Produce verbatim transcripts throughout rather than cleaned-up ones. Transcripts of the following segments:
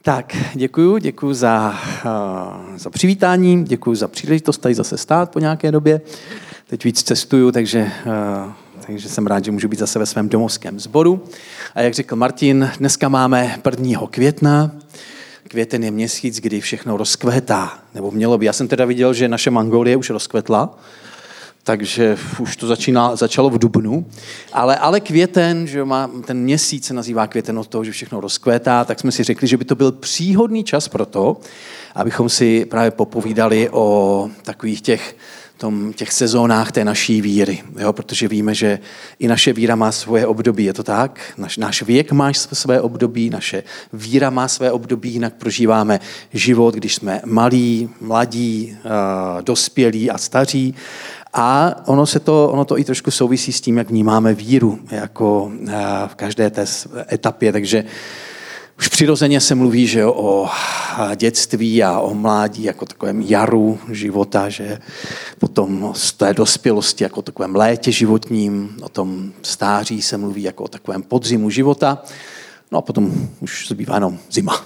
Tak, děkuju, děkuju za, uh, za přivítání, děkuju za příležitost tady zase stát po nějaké době. Teď víc cestuju, takže, uh, takže jsem rád, že můžu být zase ve svém domovském sboru. A jak řekl Martin, dneska máme prvního května. Květen je měsíc, kdy všechno rozkvétá, nebo mělo by. Já jsem teda viděl, že naše Mangolie už rozkvetla, takže už to začíná, začalo v dubnu. Ale, ale květen, že má, ten měsíc se nazývá květen od toho, že všechno rozkvétá, tak jsme si řekli, že by to byl příhodný čas pro to, abychom si právě popovídali o takových těch, tom, těch sezónách té naší víry. Jo? Protože víme, že i naše víra má svoje období, je to tak? Naš, náš věk má své období, naše víra má své období, jinak prožíváme život, když jsme malí, mladí, dospělí a staří. A ono, se to, ono to i trošku souvisí s tím, jak vnímáme víru jako v každé té etapě. Takže už přirozeně se mluví, že o dětství a o mládí jako takovém jaru života, že potom z té dospělosti jako o takovém létě životním, o tom stáří se mluví jako o takovém podzimu života. No a potom už zbývá jenom zima,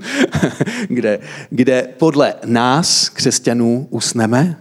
kde, kde podle nás, křesťanů, usneme,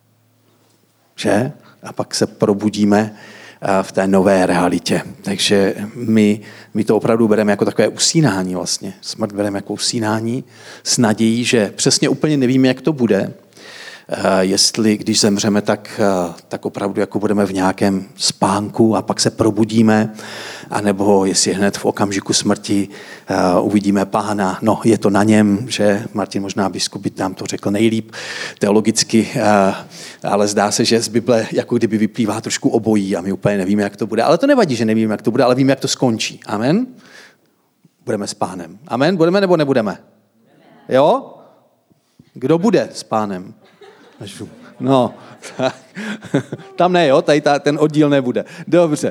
že? A pak se probudíme v té nové realitě. Takže my, my to opravdu bereme jako takové usínání vlastně. Smrt bereme jako usínání s nadějí, že přesně úplně nevíme, jak to bude. Jestli, když zemřeme, tak, tak opravdu jako budeme v nějakém spánku a pak se probudíme, anebo jestli hned v okamžiku smrti uh, uvidíme Pána. No, je to na něm, že Martin možná biskup by nám to řekl nejlíp teologicky, uh, ale zdá se, že z Bible jako kdyby vyplývá trošku obojí a my úplně nevíme, jak to bude. Ale to nevadí, že nevíme, jak to bude, ale víme, jak to skončí. Amen? Budeme s Pánem. Amen? Budeme nebo nebudeme? Jo? Kdo bude s Pánem? No, tak. Tam ne, jo, tady ta, ten oddíl nebude. Dobře.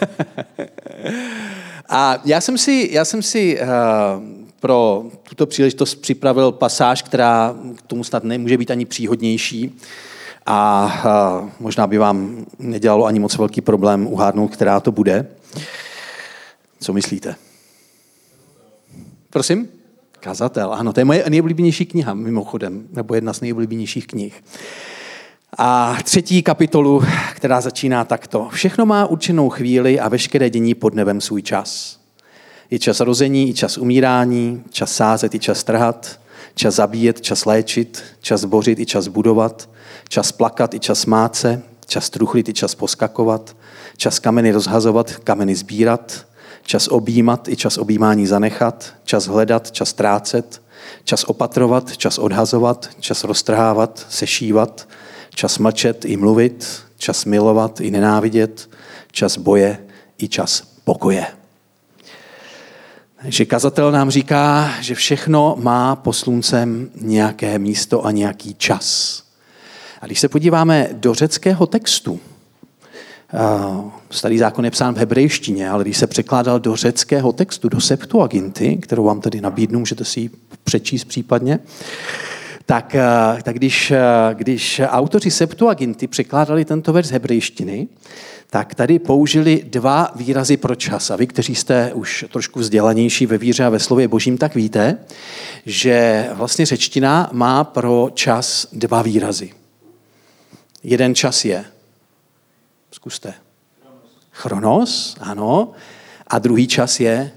A já jsem si, já jsem si uh, pro tuto příležitost připravil pasáž, která k tomu snad nemůže být ani příhodnější. A uh, možná by vám nedělalo ani moc velký problém uhádnout, která to bude. Co myslíte? Prosím? Kazatel, ano, to je moje nejoblíbenější kniha, mimochodem, nebo jedna z nejoblíbenějších knih. A třetí kapitolu, která začíná takto. Všechno má určenou chvíli a veškeré dění pod nebem svůj čas. Je čas rození, i čas umírání, čas sázet, i čas trhat, čas zabíjet, čas léčit, čas bořit, i čas budovat, čas plakat, i čas smát se, čas truchlit, i čas poskakovat, čas kameny rozhazovat, kameny sbírat, čas objímat i čas objímání zanechat, čas hledat, čas trácet, čas opatrovat, čas odhazovat, čas roztrhávat, sešívat, čas mlčet i mluvit, čas milovat i nenávidět, čas boje i čas pokoje. Takže kazatel nám říká, že všechno má pod sluncem nějaké místo a nějaký čas. A když se podíváme do řeckého textu, Starý zákon je psán v hebrejštině, ale když se překládal do řeckého textu, do Septuaginty, kterou vám tady nabídnu, můžete si ji přečíst případně, tak, tak když, když autoři Septuaginty překládali tento verš z hebrejštiny, tak tady použili dva výrazy pro čas. A vy, kteří jste už trošku vzdělanější ve víře a ve slově Božím, tak víte, že vlastně řečtina má pro čas dva výrazy. Jeden čas je Zkuste. Chronos, ano. A druhý čas je?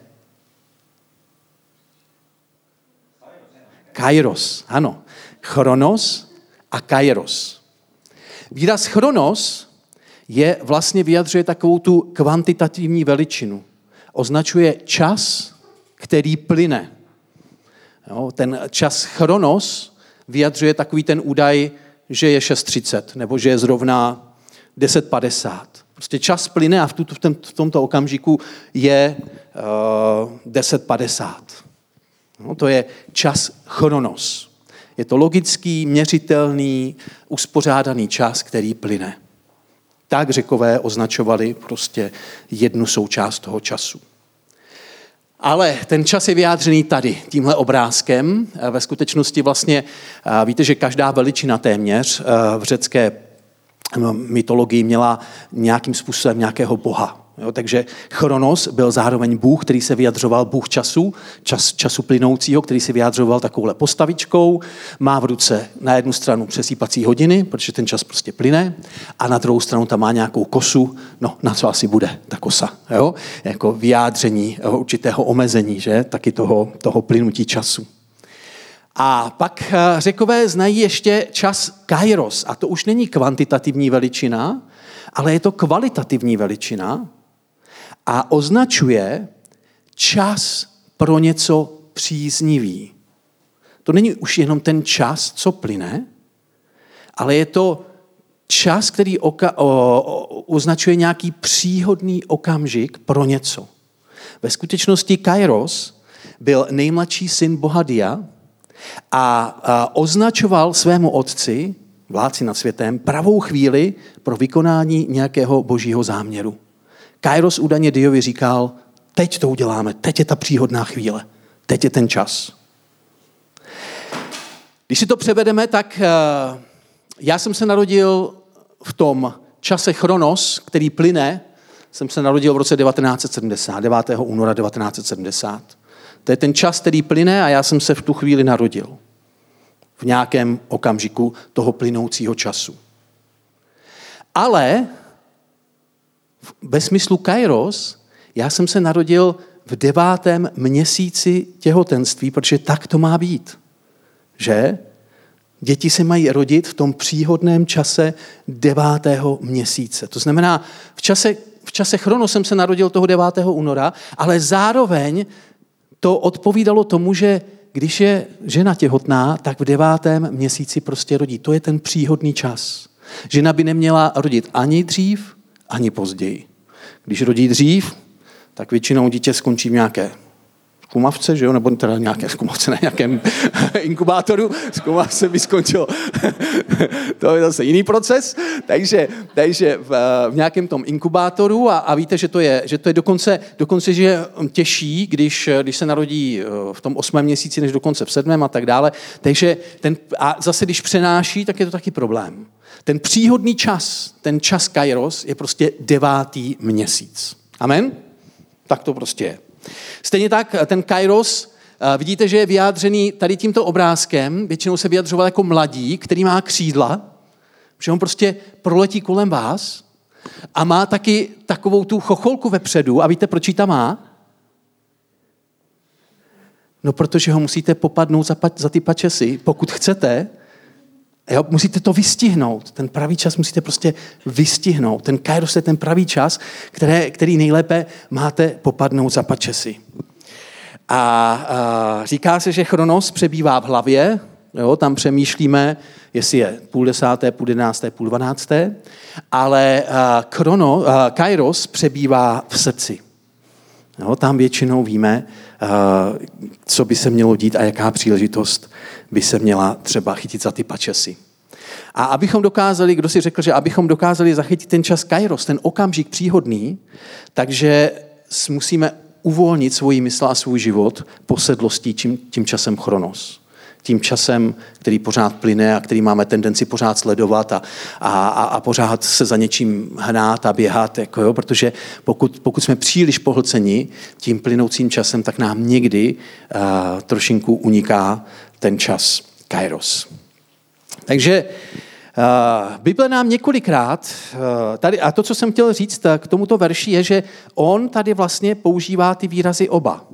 Kairos, ano. Chronos a kairos. Výraz chronos je vlastně vyjadřuje takovou tu kvantitativní veličinu. Označuje čas, který plyne. Jo, ten čas chronos vyjadřuje takový ten údaj, že je šest třicet, nebo že je zrovna deset padesát. Prostě čas plyne a v, tuto, v, ten, v tomto okamžiku je uh, deset padesát. No, to je čas chronos. Je to logický, měřitelný, uspořádaný čas, který plyne. Tak Řekové označovali prostě jednu součást toho času. Ale ten čas je vyjádřený tady, tímhle obrázkem. Ve skutečnosti vlastně víte, že každá veličina téměř v řecké mytologii měla nějakým způsobem nějakého boha. Jo, takže Chronos byl zároveň Bůh, který se vyjadřoval, Bůh času, čas, času plynoucího, který se vyjadřoval takovouhle postavičkou, má v ruce na jednu stranu přesýpací hodiny, protože ten čas prostě plyne, a na druhou stranu tam má nějakou kosu, no na co asi bude ta kosa, jo? Jako vyjádření určitého omezení, že? Taky toho, toho plynutí času. A pak Řekové znají ještě čas kairos, a to už není kvantitativní veličina, ale je to kvalitativní veličina a označuje čas pro něco příznivý. To není už jenom ten čas, co plyne, ale je to čas, který oka- o, o, označuje nějaký příhodný okamžik pro něco. Ve skutečnosti Kairos byl nejmladší syn boha Dia a, a označoval svému otci, vládci nad světem, pravou chvíli pro vykonání nějakého božího záměru. Kairos údajně Diovi říkal, teď to uděláme, teď je ta příhodná chvíle, teď je ten čas. Když si to převedeme, tak uh, já jsem se narodil v tom čase Chronos, který plyne, jsem se narodil v roce devatenáct set sedmdesát, devátého února devatenáct set sedmdesát. To je ten čas, který plyne, a já jsem se v tu chvíli narodil. V nějakém okamžiku toho plynoucího času. Ale ve smyslu Kairos, já jsem se narodil v devátém měsíci těhotenství, protože tak to má být. Že? Děti se mají rodit v tom příhodném čase devátého měsíce. To znamená, v čase, v čase Chronos jsem se narodil toho devátého února, ale zároveň to odpovídalo tomu, že když je žena těhotná, tak v devátém měsíci prostě rodí. To je ten příhodný čas. Žena by neměla rodit ani dřív, ani později. Když rodí dřív, tak většinou dítě skončí v nějaké zkumavce, že jo? Nebo teda nějaké zkumavce na nějakém inkubátoru. Zkumavce by skončilo. To je zase jiný proces. Takže, takže v, v nějakém tom inkubátoru a, a víte, že to je, že to je dokonce, dokonce že je těžší, když, když se narodí v tom osmém měsíci, než dokonce v sedmém a tak dále. Takže ten, a zase, když přenáší, tak je to taky problém. Ten příhodný čas, ten čas Kairos, je prostě devátý měsíc. Amen? Tak to prostě je. Stejně tak ten Kairos, vidíte, že je vyjádřený tady tímto obrázkem, většinou se vyjadřoval jako mladík, který má křídla, že on prostě proletí kolem vás a má taky takovou tu chocholku vepředu. A víte, proč ji tam má? No, protože ho musíte popadnout za, za ty pačesy, pokud chcete. Jo, musíte to vystihnout. Ten pravý čas musíte prostě vystihnout. Ten Kairos je ten pravý čas, které, který nejlépe máte popadnout za pačesy. A, a říká se, že Chronos přebývá v hlavě, jo, tam přemýšlíme, jestli je půl desáté, půl jedenácté, půl dvanácté, ale a, chrono, a, Kairos přebývá v srdci. Jo, tam většinou víme, a, co by se mělo dít a jaká příležitost by se měla třeba chytit za ty pačesy. A abychom dokázali, kdo si řekl, že abychom dokázali zachytit ten čas Kairos, ten okamžik příhodný, takže musíme uvolnit svoji mysl a svůj život posedlostí tím, tím časem Chronos. Tím časem, který pořád plyne a který máme tendenci pořád sledovat a, a, a pořád se za něčím hnát a běhat, jako jo, protože pokud, pokud jsme příliš pohlceni tím plynoucím časem, tak nám někdy uh, trošinku uniká ten čas Kairos. Takže uh, Bible nám několikrát, uh, tady, a to, co jsem chtěl říct k tomuto verši, je, že on tady vlastně používá ty výrazy oba.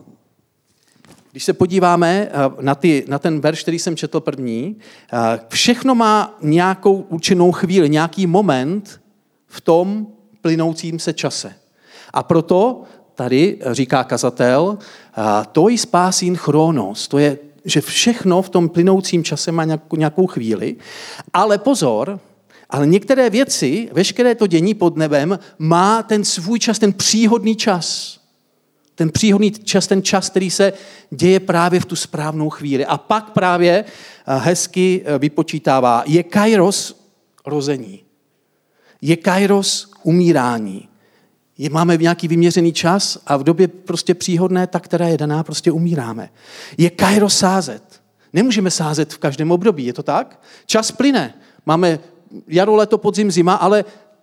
Když se podíváme na, ty, na ten verš, který jsem četl první, všechno má nějakou určenou chvíli, nějaký moment v tom plynoucím se čase. A proto tady říká kazatel, to je spásín chronos, to je, že všechno v tom plynoucím čase má nějakou, nějakou chvíli, ale pozor, ale některé věci, veškeré to dění pod nebem má ten svůj čas, ten příhodný čas. Ten příhodný čas, ten čas, který se děje právě v tu správnou chvíli. A pak právě hezky vypočítává, je Kairos rození, je Kairos umírání. Je, máme nějaký vyměřený čas a v době prostě příhodné, ta, která je daná, prostě umíráme. Je Kairos sázet. Nemůžeme sázet v každém období, je to tak? Čas plyne. Máme jaro, leto, podzim, zima, ale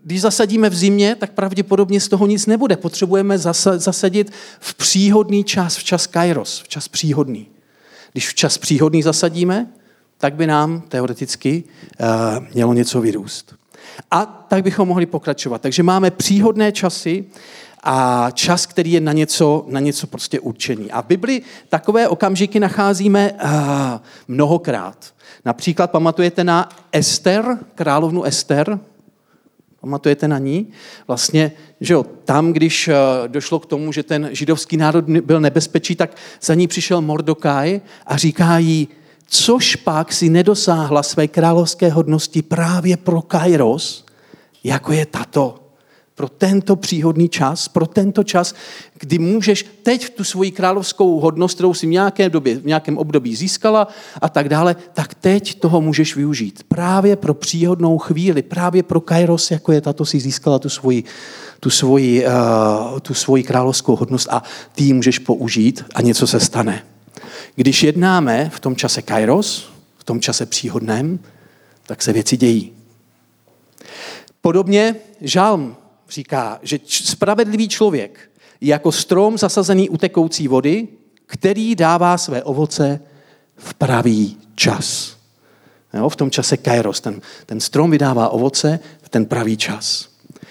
když zasadíme v zimě, tak pravděpodobně z toho nic nebude. Potřebujeme zasadit v příhodný čas, v čas kairos, v čas příhodný. Když v čas příhodný zasadíme, tak by nám teoreticky uh, mělo něco vyrůst. A tak bychom mohli pokračovat. Takže máme příhodné časy a čas, který je na něco, na něco prostě určený. A v Bibli takové okamžiky nacházíme uh, mnohokrát. Například pamatujete na Ester, královnu Ester? Pamatujete na ní? Vlastně, že jo, tam, když uh, došlo k tomu, že ten židovský národ byl nebezpečí, tak za ní přišel Mordokaj a říká jí, což pak si nedosáhla své královské hodnosti právě pro kairos, jako je tato. Pro tento příhodný čas, pro tento čas, kdy můžeš teď tu svoji královskou hodnost, kterou si v nějaké době, v nějakém období získala a tak dále, tak teď toho můžeš využít. Právě pro příhodnou chvíli, právě pro kairos, jako je tato, si získala tu svoji, tu svoji, uh, tu svoji královskou hodnost a ty ji můžeš použít a něco se stane. Když jednáme v tom čase kairos, v tom čase příhodném, tak se věci dějí. Podobně žalm říká, že spravedlivý člověk je jako strom zasazený u tekoucí vody, který dává své ovoce v pravý čas. Jo, v tom čase kairos. Ten, ten strom vydává ovoce v ten pravý čas.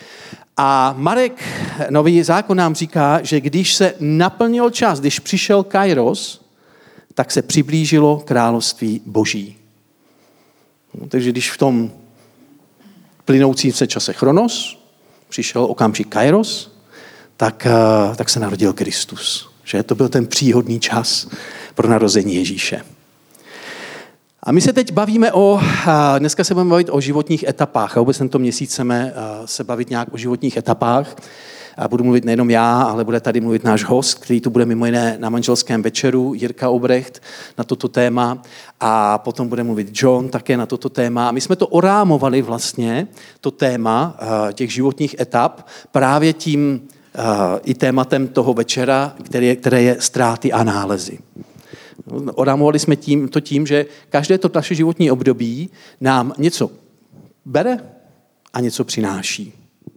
A Marek, nový zákon nám říká, že když se naplnil čas, když přišel kairos, tak se přiblížilo království Boží. No, takže když v tom plynoucím se čase chronos přišel okamžik kairos, tak, tak se narodil Kristus. Že? To byl ten příhodný čas pro narození Ježíše. A my se teď bavíme o, dneska se budeme bavit o životních etapách. A vůbec tento měsíc chceme se bavit nějak o životních etapách. A budu mluvit nejenom já, ale bude tady mluvit náš host, který tu bude mimo jiné na manželském večeru, Jirka Obrecht, na toto téma. A potom bude mluvit John také na toto téma. A my jsme to orámovali vlastně, to téma těch životních etap, právě tím i tématem toho večera, které, které je ztráty a nálezy. Orámovali jsme tím, to tím, že každé to naše životní období nám něco bere a něco přináší.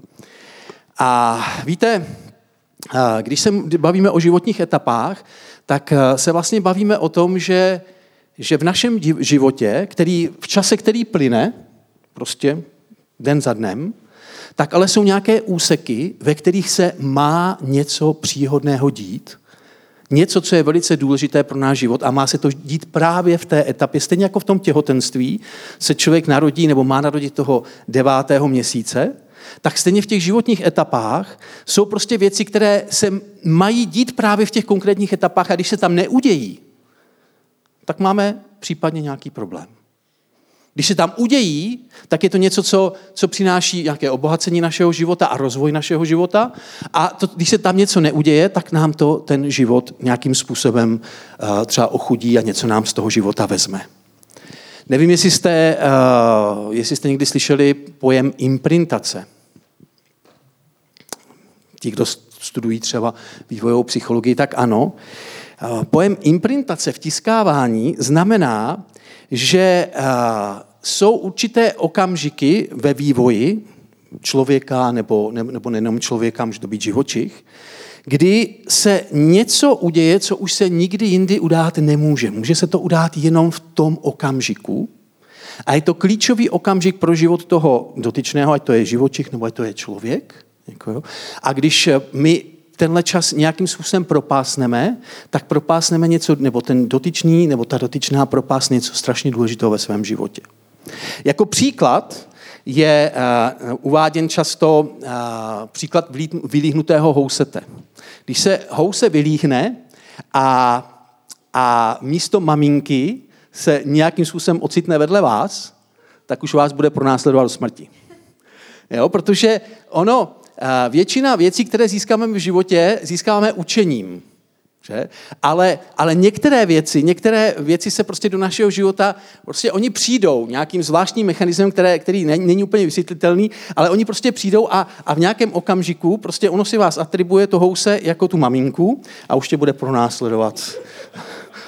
A víte, když se bavíme o životních etapách, tak se vlastně bavíme o tom, že, že v našem životě, který, v čase, který plyne, prostě den za dnem, tak ale jsou nějaké úseky, ve kterých se má něco příhodného dít, něco, co je velice důležité pro náš život a má se to dít právě v té etapě. Stejně jako v tom těhotenství se člověk narodí nebo má narodit toho devátého měsíce, tak stejně v těch životních etapách jsou prostě věci, které se mají dít právě v těch konkrétních etapách a když se tam neudějí, tak máme případně nějaký problém. Když se tam udějí, tak je to něco, co, co přináší nějaké obohacení našeho života a rozvoj našeho života. A to, když se tam něco neuděje, tak nám to ten život nějakým způsobem uh, třeba ochudí a něco nám z toho života vezme. Nevím, jestli jste, uh, jestli jste někdy slyšeli pojem imprintace. Ti, kdo studují třeba vývojovou psychologii, tak ano. Uh, pojem imprintace, vtiskávání, znamená, že uh, jsou určité okamžiky ve vývoji člověka nebo, ne, nebo nejenom člověka, může to být živočich, kdy se něco uděje, co už se nikdy jindy udát nemůže. Může se to udát jenom v tom okamžiku. A je to klíčový okamžik pro život toho dotyčného, ať to je živočich nebo ať to je člověk. A když my tenhle čas nějakým způsobem propásneme, tak propásneme něco, nebo ten dotyčný, nebo ta dotyčná propásne něco strašně důležitého ve svém životě. Jako příklad je uh, uváděn často uh, příklad vylíhnutého housete. Když se house vylíhne a, a místo maminky se nějakým způsobem ocitne vedle vás, tak už vás bude pronásledovat do smrti. Jo, protože ono, většina věcí, které získáme v životě, získáváme učením. Že? Ale, ale některé věci, některé věci se prostě do našeho života, prostě oni přijdou nějakým zvláštním mechanismem, které, který není, není úplně vysvětlitelný, ale oni prostě přijdou a, a v nějakém okamžiku prostě ono si vás atribuje to house jako tu maminku a už tě bude pronásledovat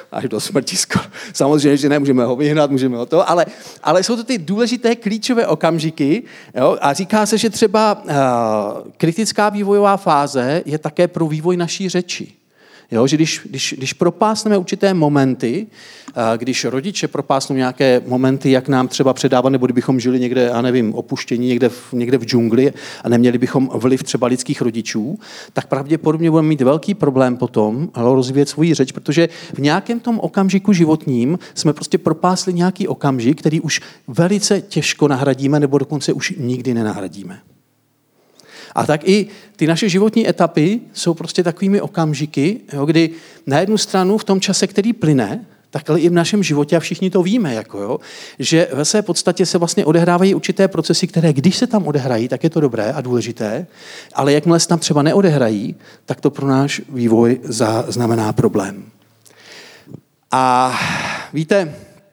až do smrti skoro. Samozřejmě, že nemůžeme ho vyhnat, můžeme ho to, ale, ale jsou to ty důležité klíčové okamžiky, jo? A říká se, že třeba uh, kritická vývojová fáze je také pro vývoj naší řeči. Jo, že když, když, když propásneme určité momenty, když rodiče propásnou nějaké momenty, jak nám třeba předávat, nebo kdybychom žili někde, já nevím, opuštění někde v, někde v džungli a neměli bychom vliv třeba lidských rodičů, tak pravděpodobně budeme mít velký problém potom rozvíjet svoji řeč, protože v nějakém tom okamžiku životním jsme prostě propásli nějaký okamžik, který už velice těžko nahradíme, nebo dokonce už nikdy nenahradíme. A tak i ty naše životní etapy jsou prostě takovými okamžiky, jo, kdy na jednu stranu v tom čase, který plyne, tak ale i v našem životě, a všichni to víme, jako, jo, že ve své podstatě se vlastně odehrávají určité procesy, které když se tam odehrají, tak je to dobré a důležité, ale jakmile se tam třeba neodehrají, tak to pro náš vývoj za, znamená problém. A víte,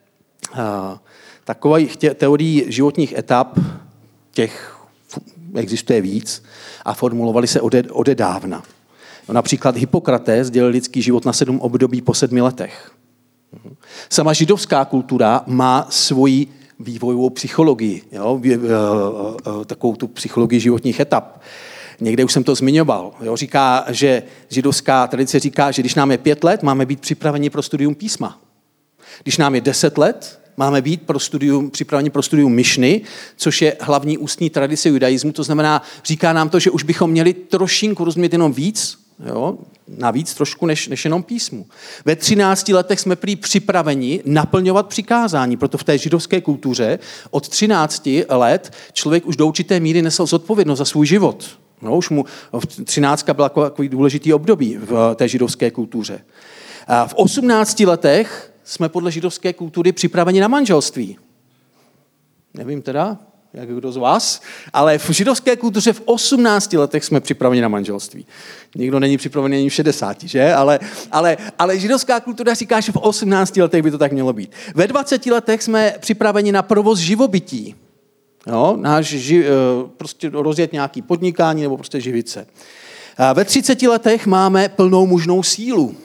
takových teorií životních etap, těch existuje víc a formulovali se ode, odedávna. No, například Hippokrates dělil lidský život na sedm období po sedmi letech. Sama židovská kultura má svoji vývojovou psychologii, jo? Takovou tu psychologii životních etap. Někde už jsem to zmiňoval. Jo? Říká, že židovská tradice říká, že když nám je pět let, máme být připraveni pro studium písma. Když nám je deset let, máme být pro studium, připraveni pro studium Mišny, což je hlavní ústní tradice judaismu. To znamená, říká nám to, že už bychom měli trošinku rozumět jenom víc, jo, navíc trošku než, než jenom písmu. Ve třinácti letech jsme prý připraveni naplňovat přikázání, proto v té židovské kultuře od třinácti let člověk už do určité míry nesl zodpovědnost za svůj život. No, už mu třináctka byla takový důležitý období v té židovské kultuře. A v osmnácti letech jsme podle židovské kultury připraveni na manželství. Nevím teda, jak kdo z vás, ale v židovské kultuře v osmnácti letech jsme připraveni na manželství. Nikdo není připravený ani v šedesáti, že? Ale, ale, ale židovská kultura říká, že v osmnácti letech by to tak mělo být. Ve dvaceti letech jsme připraveni na provoz živobytí. Jo? Náš ži, prostě rozjet nějaký podnikání nebo prostě živit se. A ve třiceti letech máme plnou mužnou sílu.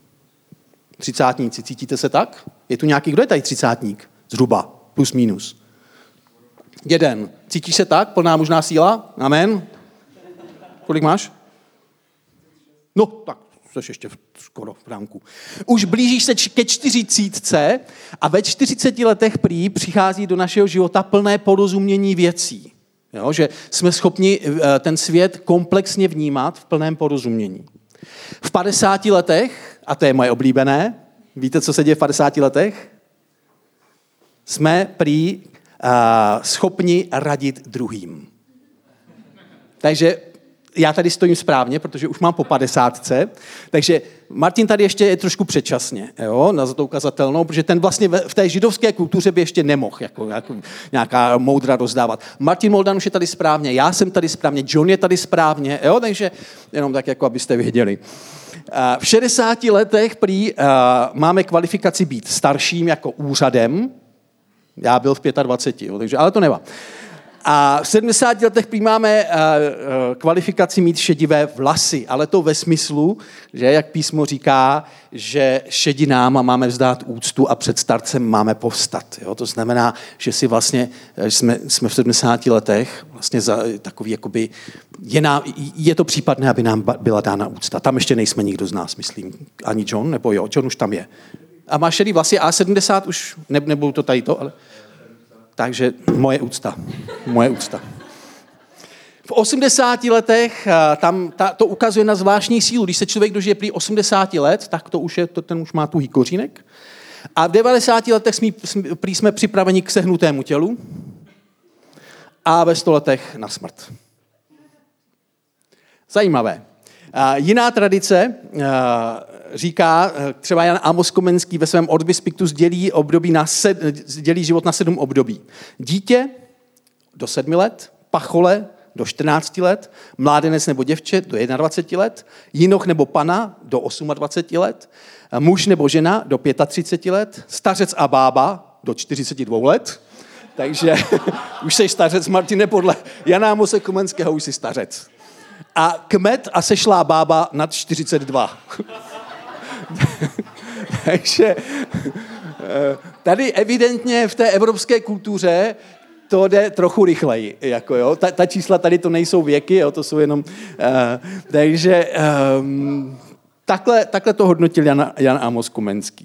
Třicátníci, cítíte se tak? Je tu nějaký, kdo je tady třicátník? Zhruba, plus minus. Jeden. Cítíš se tak? Plná mužná síla? Amen. Kolik máš? No, tak jsi ještě skoro v ránku. Už blížíš se ke čtyřicítce a ve čtyřiceti letech prý přichází do našeho života plné porozumění věcí. Jo, že jsme schopni ten svět komplexně vnímat v plném porozumění. V padesáti letech, a to je moje oblíbené, víte, co se děje v padesáti letech? Jsme prý uh, schopni radit druhým. Takže já tady stojím správně, protože už mám po padesátce, takže Martin tady ještě je trošku předčasně, jo, na to ukazatelnou, protože ten vlastně v té židovské kultuře by ještě nemohl jako, jako nějaká moudra rozdávat. Martin Moldan už je tady správně, já jsem tady správně, John je tady správně, jo, takže jenom tak, jako abyste věděli. V šedesáti letech prý uh, máme kvalifikaci být starším jako úřadem, já byl v dvaceti pěti, jo, takže, ale to nevá. A v sedmdesáti letech prý máme uh, uh, kvalifikaci mít šedivé vlasy, ale to ve smyslu, že jak písmo říká, že šedinám máme vzdát úctu a před starcem máme povstat. Jo? To znamená, že si vlastně, že jsme, jsme v sedmdesáti letech vlastně za, takový, jakoby, je, nám, je to případné, aby nám byla dána úcta. Tam ještě nejsme nikdo z nás, myslím. Ani John, nebo jo, John už tam je. A má šedý vlasy a sedmdesát už, ne, nebudu to tady to, ale... Takže moje úcta. Moje úcta. V osmdesáti letech tam ta, to ukazuje na zvláštní sílu. Když se člověk dožije prý osmdesáti let, tak to už je, to, ten už má tuhý kořínek. A v devadesáti letech jsme, prý jsme připraveni k sehnutému tělu a ve sto letech na smrt. Zajímavé. A jiná tradice říká, třeba Jan Amos Komenský ve svém Orbis Pictus dělí, období na sed, dělí život na sedm období. Dítě do sedmi let, pachole do čtrnácti let, mládenec nebo děvče do jednadvaceti let, jinoch nebo pana do dvaceti osmi let, muž nebo žena do třiceti pěti let, stařec a bába do čtyřiceti dvou let. Takže už jsi stařec, Martine, podle Jana Amose Komenského už jsi stařec. A kmet a sešlá bába nad čtyřicet dva. Takže tady evidentně v té evropské kultuře to jde trochu rychleji. Jako jo. Ta, ta čísla tady to nejsou věky, jo, to jsou jenom... Uh, takže um, takhle, takhle to hodnotil Jan, Jan Amos Komenský.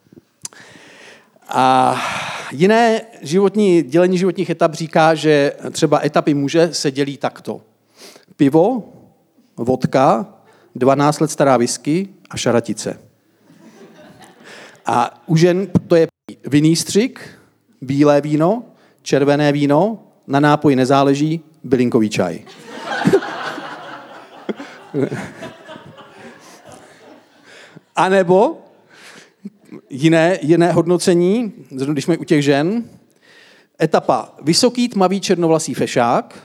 A jiné životní, dělení životních etap říká, že třeba etapy muže se dělí takto. Pivo, vodka, dvanáct let stará whisky a šaratice. A u žen to je vinný střik, bílé víno, červené víno, na nápoji nezáleží, bylinkový čaj. A nebo jiné, jiné hodnocení, když jsme u těch žen, etapa vysoký, tmavý, černovlasý fešák,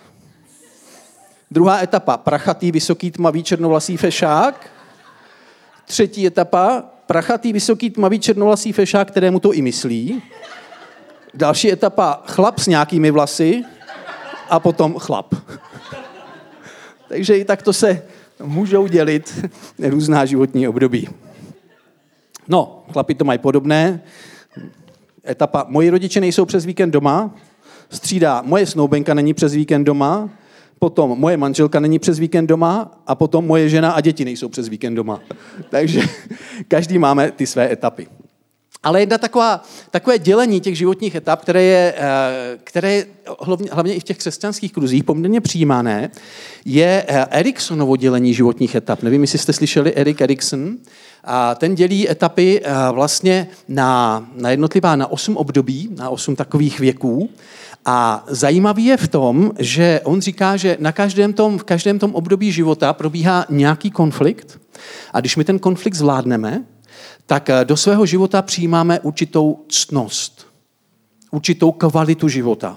druhá etapa prachatý, vysoký, tmavý, černovlasý fešák, třetí etapa prachatý, vysoký, tmavý, černovlasý fešák, kterému to i myslí, další etapa chlap s nějakými vlasy a potom chlap. Takže i takto se můžou dělit různá životní období. No, chlapi to mají podobné. Etapa, moji rodiče nejsou přes víkend doma, střídá, moje snoubenka není přes víkend doma, potom moje manželka není přes víkend doma a potom moje žena a děti nejsou přes víkend doma. Takže každý máme ty své etapy. Ale jedna taková, takové dělení těch životních etap, které je, které je hlavně, hlavně i v těch křesťanských kruzích poměrně přijímané, je Eriksonovo dělení životních etap. Nevím, jestli jste slyšeli Erik Erikson. A ten dělí etapy vlastně na, na jednotlivá, na osm období, na osm takových věků. A zajímavý je v tom, že on říká, že na každém tom, v každém tom období života probíhá nějaký konflikt. A když my ten konflikt zvládneme, tak do svého života přijímáme určitou ctnost, určitou kvalitu života.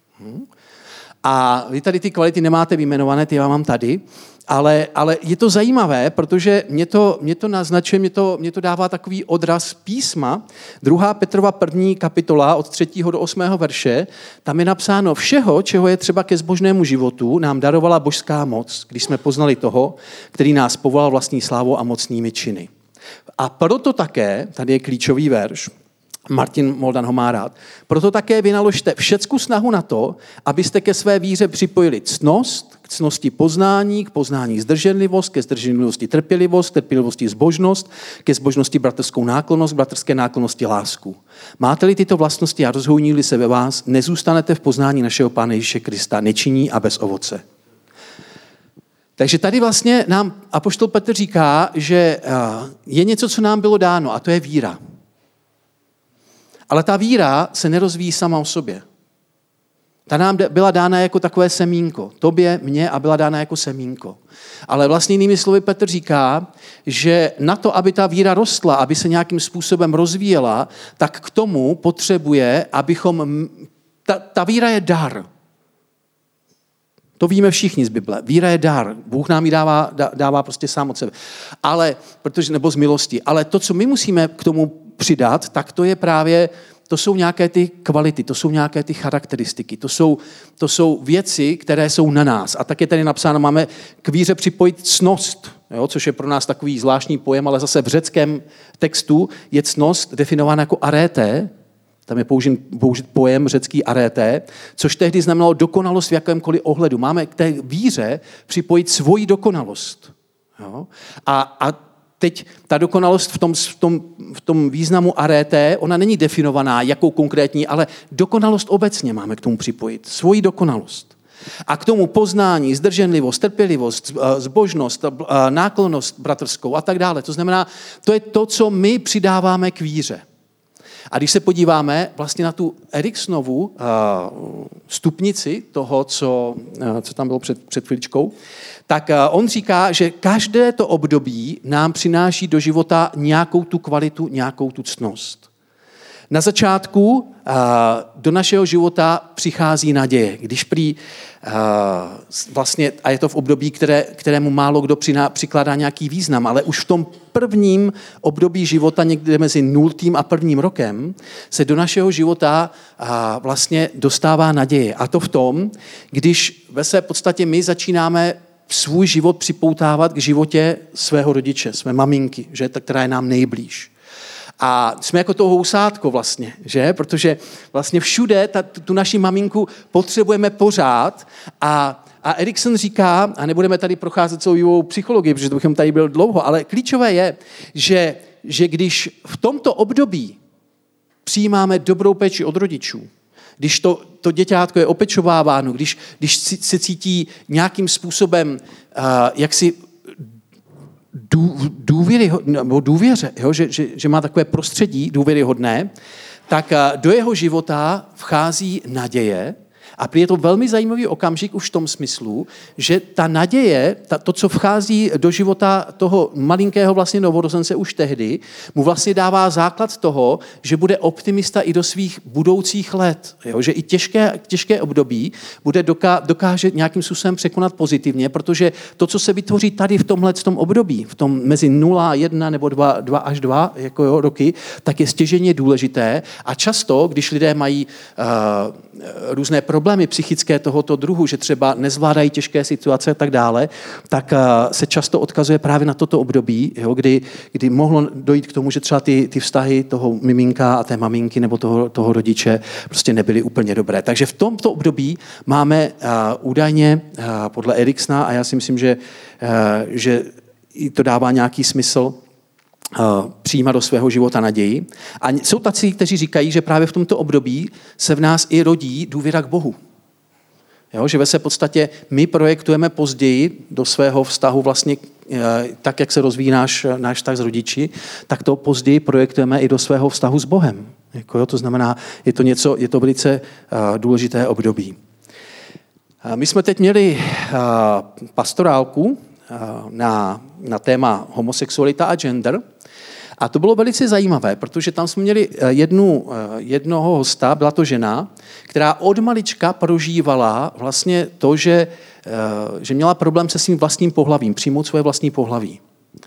A vy tady ty kvality nemáte vyjmenované, ty já mám tady, ale, ale je to zajímavé, protože mě to, mě to naznačuje, mě to, mě to dává takový odraz písma. Druhá Petrova první kapitola od třetího do osmého verše, tam je napsáno všeho, čeho je třeba ke zbožnému životu, nám darovala božská moc, když jsme poznali toho, který nás povolal vlastní slávou a mocnými činy. A proto také, tady je klíčový verš, Martin Moldan ho má rád, proto také vynaložte všecku snahu na to, abyste ke své víře připojili ctnost, k ctnosti poznání, k poznání zdrženlivost, ke zdrženlivosti trpělivost, k trpělivosti zbožnost, ke zbožnosti bratrskou náklonnost, k bratrské náklonnosti lásku. Máte-li tyto vlastnosti a rozhojní-li se ve vás, nezůstanete v poznání našeho Pána Ježíše Krista nečinní a bez ovoce. Takže tady vlastně nám apoštol Petr říká, že je něco, co nám bylo dáno, a to je víra. Ale ta víra se nerozvíjí sama o sobě. Ta nám byla dána jako takové semínko. Tobě, mně a byla dána jako semínko. Ale vlastně jinými slovy Petr říká, že na to, aby ta víra rostla, aby se nějakým způsobem rozvíjela, tak k tomu potřebuje, abychom... Ta, ta víra je dar. To víme všichni z Bible. Víra je dar. Bůh nám ji dává, dává prostě sám od sebe. Ale, protože, nebo z milosti. Ale to, co my musíme k tomu přidat, tak to je právě, to jsou nějaké ty kvality, to jsou nějaké ty charakteristiky, to jsou, to jsou věci, které jsou na nás. A tak je tady napsáno, máme k víře připojit ctnost, jo, což je pro nás takový zvláštní pojem, ale zase v řeckém textu je ctnost definována jako arété, tam je použit, použit pojem řecký arété, což tehdy znamenalo dokonalost v jakémkoliv ohledu. Máme k té víře připojit svoji dokonalost. Jo? A, a teď ta dokonalost v tom, v tom, v tom významu arété, ona není definovaná jakou konkrétní, ale dokonalost obecně máme k tomu připojit. Svoji dokonalost. A k tomu poznání, zdrženlivost, trpělivost, zbožnost, náklonnost bratrskou a tak dále. To znamená, to je to, co my přidáváme k víře. A když se podíváme vlastně na tu Eriksonovu uh, stupnici toho, co, uh, co tam bylo před, před chvíličkou, tak uh, on říká, že každé to období nám přináší do života nějakou tu kvalitu, nějakou tu ctnost. Na začátku uh, do našeho života přichází naděje. Když prý uh, vlastně, a je to v období, které, kterému málo kdo přiná, přikládá nějaký význam, ale už v tom prvním období života, někde mezi nultým a prvním rokem, se do našeho života uh, vlastně dostává naděje. A to v tom, když ve své podstatě my začínáme svůj život připoutávat k životě svého rodiče, své maminky, že, která je nám nejblíž. A jsme jako to housátko vlastně, že? Protože vlastně všude ta, tu naši maminku potřebujeme pořád a, a Erikson říká, a nebudeme tady procházet celou vývojovou psychologii, protože to bychom tady byl dlouho, ale klíčové je, že, že když v tomto období přijímáme dobrou péči od rodičů, když to, to děťátko je opečováváno, když, když se cítí nějakým způsobem uh, jaksi dů, důvěry, nebo důvěře, jo? Že, že, že má takové prostředí důvěryhodné, tak uh, do jeho života vchází naděje. A je to velmi zajímavý okamžik už v tom smyslu, že ta naděje, ta, to, co vchází do života toho malinkého vlastně novorozence už tehdy, mu vlastně dává základ toho, že bude optimista i do svých budoucích let. Jo? Že i těžké, těžké období bude doká, dokáže nějakým způsobem překonat pozitivně, protože to, co se vytvoří tady v tomhle v tom období, v tom mezi nula, jedna nebo dva, dva až dva jako jo, roky, tak je stěžejně důležité. A často, když lidé mají uh, různé problémy psychické tohoto druhu, že třeba nezvládají těžké situace a tak dále, tak se často odkazuje právě na toto období, jo, kdy, kdy mohlo dojít k tomu, že třeba ty, ty vztahy toho miminka a té maminky nebo toho, toho rodiče prostě nebyly úplně dobré. Takže v tomto období máme uh, údajně uh, podle Eriksona, a já si myslím, že, uh, že to dává nějaký smysl, přijímat do svého života naději. A jsou tací, kteří říkají, že právě v tomto období se v nás i rodí důvěra k Bohu. Jo, že ve své podstatě my projektujeme později do svého vztahu vlastně tak, jak se rozvíjí náš, náš vztah s rodiči, tak to později projektujeme i do svého vztahu s Bohem. Jako jo, to znamená, je to něco, je to velice uh, důležité období. Uh, my jsme teď měli uh, pastorálku uh, na, na téma homosexualita a gender. A to bylo velice zajímavé, protože tam jsme měli jednu, jednoho hosta, byla to žena, která od malička prožívala vlastně to, že, že měla problém se svým vlastním pohlavím, přijmout svoje vlastní pohlaví.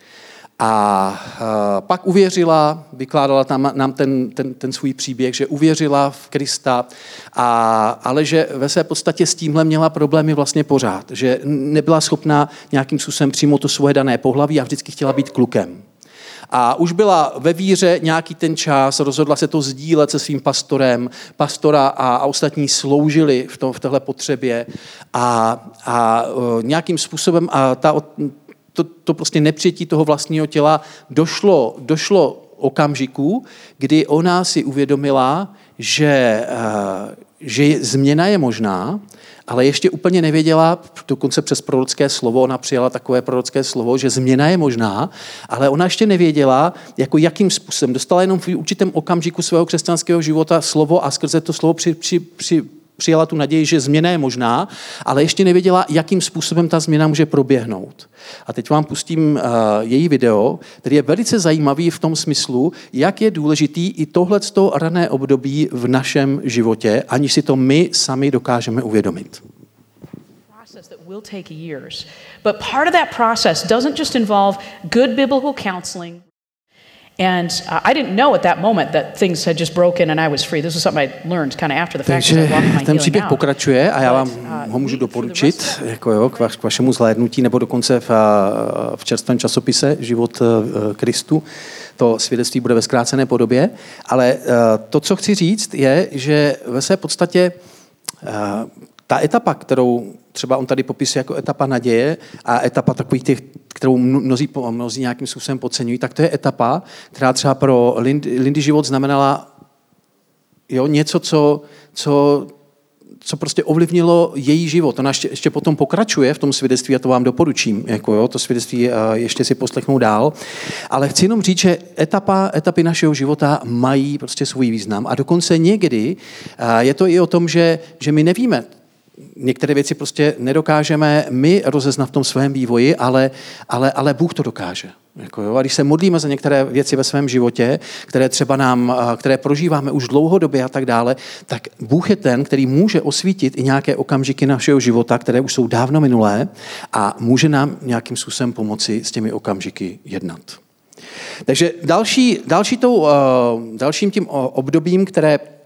A pak uvěřila, vykládala tam, nám ten, ten, ten svůj příběh, že uvěřila v Krista, a, ale že ve své podstatě s tímhle měla problémy vlastně pořád, že nebyla schopná nějakým způsobem přijmout to svoje dané pohlaví a vždycky chtěla být klukem. A už byla ve víře nějaký ten čas, rozhodla se to sdílet se svým pastorem, pastora a, a ostatní sloužili v, tom, v téhle potřebě a, a nějakým způsobem a ta, to, to prostě nepřijetí toho vlastního těla došlo, došlo okamžiku, kdy ona si uvědomila, že, že změna je možná, ale ještě úplně nevěděla, dokonce přes prorocké slovo, ona přijala takové prorocké slovo, že změna je možná, ale ona ještě nevěděla, jako jakým způsobem. Dostala jenom v určitém okamžiku svého křesťanského života slovo a skrze to slovo při, při, při, přijala tu naději, že změna je možná, ale ještě nevěděla, jakým způsobem ta změna může proběhnout. A teď vám pustím uh, její video, který je velice zajímavý v tom smyslu, jak je důležitý i tohleto rané období v našem životě, aniž si to my sami dokážeme uvědomit. That will take years. But part of that process doesn't just involve good biblical counseling. And uh, I didn't know at that moment that things had just broken and I was free. This was something I learned kind of after the fact. Takže ten příběh pokračuje a já vám ho můžu doporučit jako jo, k, vaš, k vašemu zhlédnutí, nebo dokonce v, v čerstvém časopise Život Kristu. To svědectví bude ve zkrácené podobě. Ale to, co chci říct, je, že ve své podstatě ta etapa, kterou třeba on tady popisuje jako etapa naděje a etapa takových těch, kterou mnozí, mnozí nějakým způsobem podceňují, tak to je etapa, která třeba pro Lindy, Lindy život znamenala jo, něco, co, co, co prostě ovlivnilo její život. Ona ještě, ještě potom pokračuje v tom svědectví a to vám doporučím. Jako jo, to svědectví ještě si poslechnou dál. Ale chci jenom říct, že etapa, etapy našeho života mají prostě svůj význam. A dokonce někdy je to i o tom, že, že my nevíme, některé věci prostě nedokážeme my rozeznat v tom svém vývoji, ale, ale, ale Bůh to dokáže. Jako jo? A když se modlíme za některé věci ve svém životě, které třeba nám, které prožíváme už dlouhodobě a tak dále, tak Bůh je ten, který může osvítit i nějaké okamžiky našeho života, které už jsou dávno minulé a může nám nějakým způsobem pomoci s těmi okamžiky jednat. Takže další, další tou, dalším tím obdobím, které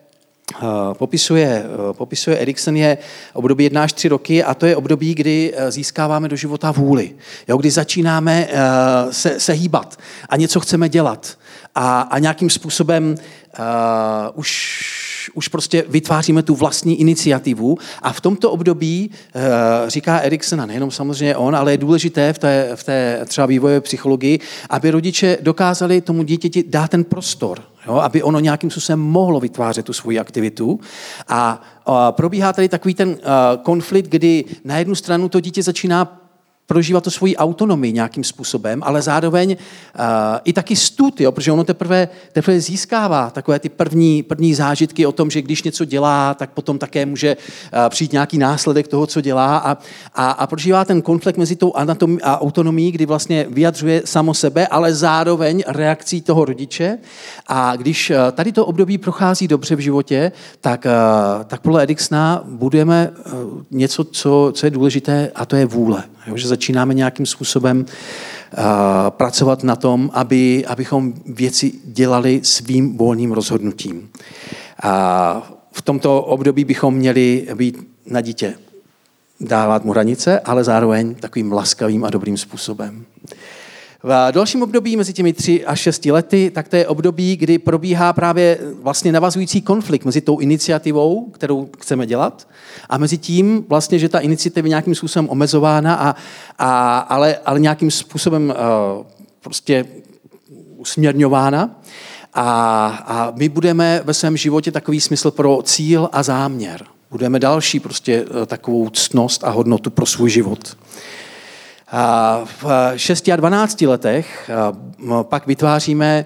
popisuje, popisuje Erikson, je období jedna až tři roky a to je období, kdy získáváme do života vůli. Jo, kdy začínáme se, se hýbat a něco chceme dělat a, a nějakým způsobem uh, už už prostě vytváříme tu vlastní iniciativu a v tomto období, říká Erikson, a nejenom samozřejmě on, ale je důležité v té, v té třeba vývojové psychologii, aby rodiče dokázali tomu dítěti dát ten prostor, jo, aby ono nějakým způsobem mohlo vytvářet tu svoji aktivitu. A, a probíhá tady takový ten konflikt, kdy na jednu stranu to dítě začíná prožívat to svoji autonomii nějakým způsobem, ale zároveň uh, i taky stud, jo, protože ono teprve, teprve získává takové ty první, první zážitky o tom, že když něco dělá, tak potom také může uh, přijít nějaký následek toho, co dělá a, a, a prožívá ten konflikt mezi tou anatomí a autonomií, kdy vlastně vyjadřuje samo sebe, ale zároveň reakcí toho rodiče. A když uh, tady to období prochází dobře v životě, tak, uh, tak podle Eriksona budujeme uh, něco, co, co je důležité, a to je vůle. Jo, že začínáme nějakým způsobem uh, pracovat na tom, aby, abychom věci dělali svým volným rozhodnutím. A v tomto období bychom měli být na dítě, dávat mu hranice, ale zároveň takovým laskavým a dobrým způsobem. V dalším období mezi těmi tři až šesti lety, tak to je období, kdy probíhá právě vlastně navazující konflikt mezi tou iniciativou, kterou chceme dělat, a mezi tím vlastně, že ta iniciativa je nějakým způsobem omezována, a, a, ale, ale nějakým způsobem uh, prostě usměrňována. A, a my budeme ve svém životě takový smysl pro cíl a záměr. Budeme další prostě uh, takovou ctnost a hodnotu pro svůj život. V šesti a dvanácti letech pak vytváříme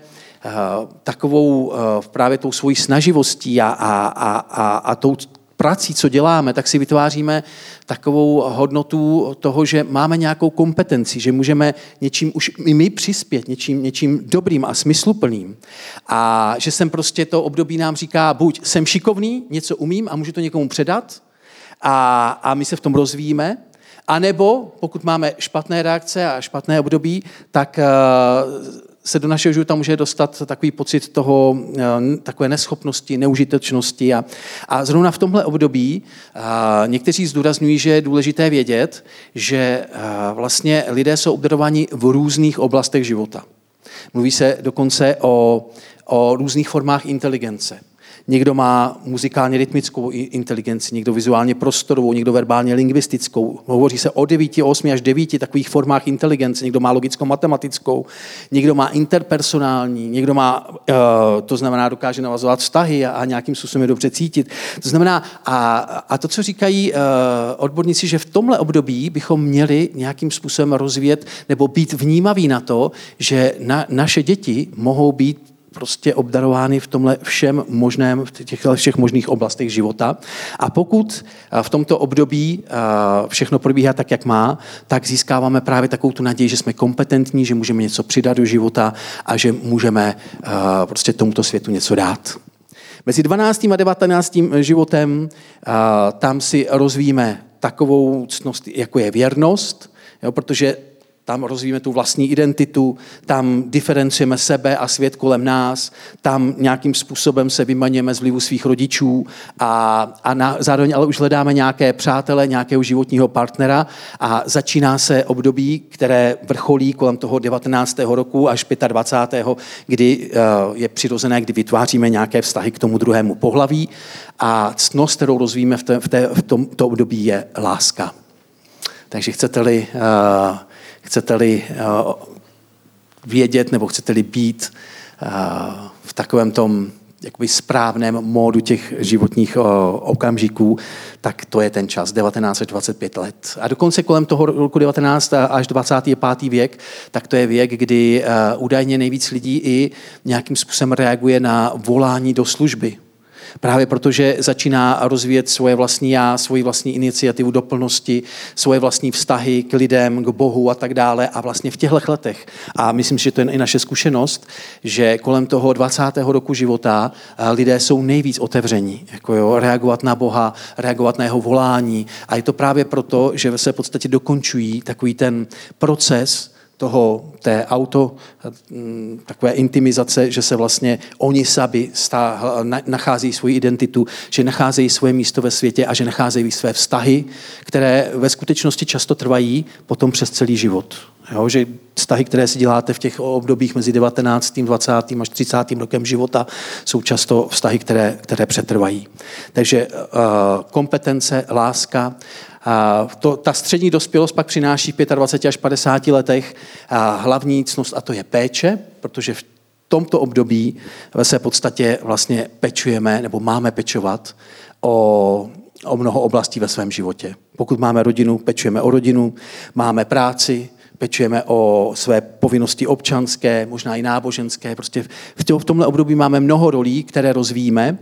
takovou právě tou svojí snaživostí a, a, a, a tou prací, co děláme, tak si vytváříme takovou hodnotu toho, že máme nějakou kompetenci, že můžeme něčím už i my přispět, něčím, něčím dobrým a smysluplným. A že jsem prostě to období nám říká, buď jsem šikovný, něco umím a můžu to někomu předat a, a my se v tom rozvíjíme, a nebo pokud máme špatné reakce a špatné období, tak se do našeho života může dostat takový pocit toho, takové neschopnosti, neužitečnosti. A, a zrovna v tomhle období někteří zdůrazňují, že je důležité vědět, že vlastně lidé jsou obdarováni v různých oblastech života. Mluví se dokonce o, o různých formách inteligence. Někdo má muzikálně rytmickou inteligenci, někdo vizuálně prostorovou, někdo verbálně lingvistickou. Hovoří se o devíti, osmi až devíti takových formách inteligence. Někdo má logicko-matematickou, někdo má interpersonální, někdo má, to znamená, dokáže navazovat vztahy a nějakým způsobem je dobře cítit. To znamená, a, a to, co říkají odborníci, že v tomhle období bychom měli nějakým způsobem rozvíjet nebo být vnímaví na to, že na, naše děti mohou být prostě obdarovány v tomhle všem možném, v těchto všech možných oblastech života. A pokud v tomto období všechno probíhá tak, jak má, tak získáváme právě takovou tu naději, že jsme kompetentní, že můžeme něco přidat do života a že můžeme prostě tomuto světu něco dát. Mezi dvanáctým a devatenáctým životem tam si rozvíjíme takovou ctnost, jako je věrnost, jo, protože tam rozvíjíme tu vlastní identitu, tam diferencujeme sebe a svět kolem nás, tam nějakým způsobem se vymaňujeme z vlivu svých rodičů a, a na, zároveň ale už hledáme nějaké přátele, nějakého životního partnera a začíná se období, které vrcholí kolem toho devatenáctého roku až dvacátého pátého kdy uh, je přirozené, kdy vytváříme nějaké vztahy k tomu druhému pohlaví a ctnost, kterou rozvíjíme v, té, v, té, v tomto období, je láska. Takže chcete-li uh, Chcete-li uh, vědět nebo chcete-li být uh, v takovém tom jakoby správném módu těch životních uh, okamžiků, tak to je ten čas, devatenáct až dvacet pět let. A dokonce kolem toho roku devatenáct až dvacátý pátý věk, tak to je věk, kdy uh, údajně nejvíc lidí i nějakým způsobem reaguje na volání do služby. Právě protože začíná rozvíjet svoje vlastní já, svoji vlastní iniciativu do plnosti, svoje vlastní vztahy k lidem, k Bohu a tak dále. A vlastně v těchto letech, a myslím si, že to je i naše zkušenost, že kolem toho dvacátého roku života lidé jsou nejvíc otevření, jako jo, reagovat na Boha, reagovat na jeho volání. A je to právě proto, že se v podstatě dokončují takový ten proces toho, té auto, takové intimizace, že se vlastně oni sami nacházejí svoji identitu, že nacházejí svoje místo ve světě a že nacházejí své vztahy, které ve skutečnosti často trvají potom přes celý život. Jo, že vztahy, které si děláte v těch obdobích mezi devatenáctým, dvacátým až třicátým rokem života, jsou často vztahy, které, které přetrvají. Takže uh, kompetence, láska, uh, to, ta střední dospělost pak přináší v dvaceti pěti až padesáti letech uh, hlavní ctnost a to je péče, protože v tomto období se v podstatě vlastně pečujeme nebo máme pečovat o o mnoho oblastí ve svém životě. Pokud máme rodinu, pečujeme o rodinu, máme práci, pečujeme o své povinnosti občanské, možná i náboženské. Prostě v tomhle období máme mnoho rolí, které rozvíjíme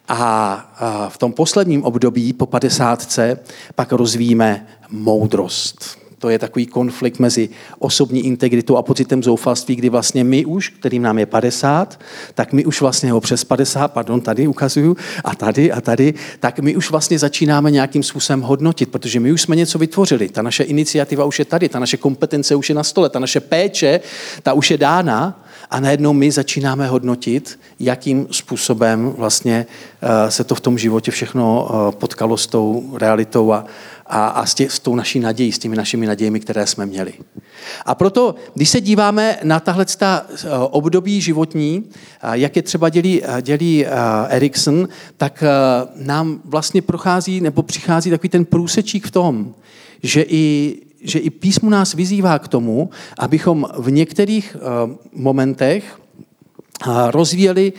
a v tom posledním období po padesátce pak rozvíjíme moudrost. To je takový konflikt mezi osobní integritou a pocitem zoufalství, kdy vlastně my už, kterým nám je padesát, tak my už vlastně ho přes padesát, pardon, tady ukazuju, a tady a tady, tak my už vlastně začínáme nějakým způsobem hodnotit, protože my už jsme něco vytvořili. Ta naše iniciativa už je tady, ta naše kompetence už je na stole, ta naše péče, ta už je dána a najednou my začínáme hodnotit, jakým způsobem vlastně se to v tom životě všechno potkalo s tou realitou a a, a s, tě, s tou naší nadějí, s těmi našimi nadějemi, které jsme měli. A proto, když se díváme na tahle období životní, jak je třeba dělí, dělí Erikson, tak nám vlastně prochází nebo přichází takový ten průsečík v tom, že i, že i písmo nás vyzývá k tomu, abychom v některých momentech rozvíjeli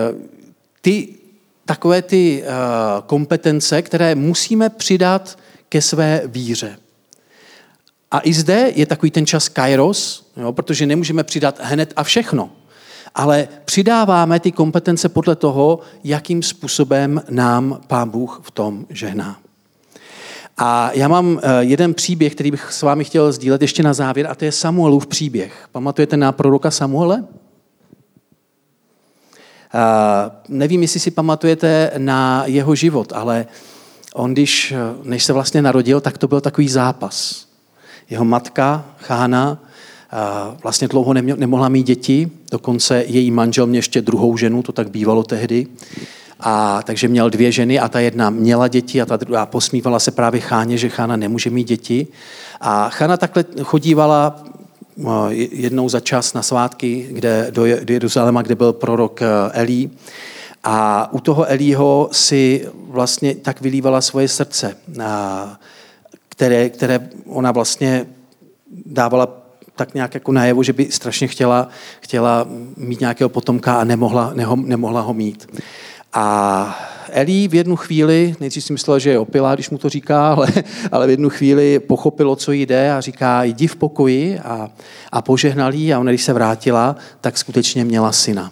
ty takové ty kompetence, které musíme přidat ke své víře. A i zde je takový ten čas kairos, jo, protože nemůžeme přidat hned a všechno, ale přidáváme ty kompetence podle toho, jakým způsobem nám Pán Bůh v tom žehná. A já mám jeden příběh, který bych s vámi chtěl sdílet ještě na závěr, a to je Samuelův příběh. Pamatujete na proroka Samuele? Uh, nevím, jestli si pamatujete na jeho život, ale on, když, než se vlastně narodil, tak to byl takový zápas. Jeho matka, Chána, uh, vlastně dlouho nemě, nemohla mít děti, dokonce její manžel měl ještě druhou ženu, to tak bývalo tehdy. A takže měl dvě ženy a ta jedna měla děti a ta druhá posmívala se právě Cháně, že Chána nemůže mít děti. A Chána takhle chodívala jednou za čas na svátky, kde do Jeruzaléma, kde byl prorok Elí. A u toho Elího si vlastně tak vylívala svoje srdce, které, které ona vlastně dávala tak nějak jako najevo, že by strašně chtěla, chtěla mít nějakého potomka a nemohla, neho, nemohla ho mít. A Elí v jednu chvíli, nejdřív si myslela, že je opilá, když mu to říká, ale, ale v jednu chvíli pochopilo, co jde a říká, jdi v pokoji a, a požehnal jí a ona, když se vrátila, tak skutečně měla syna.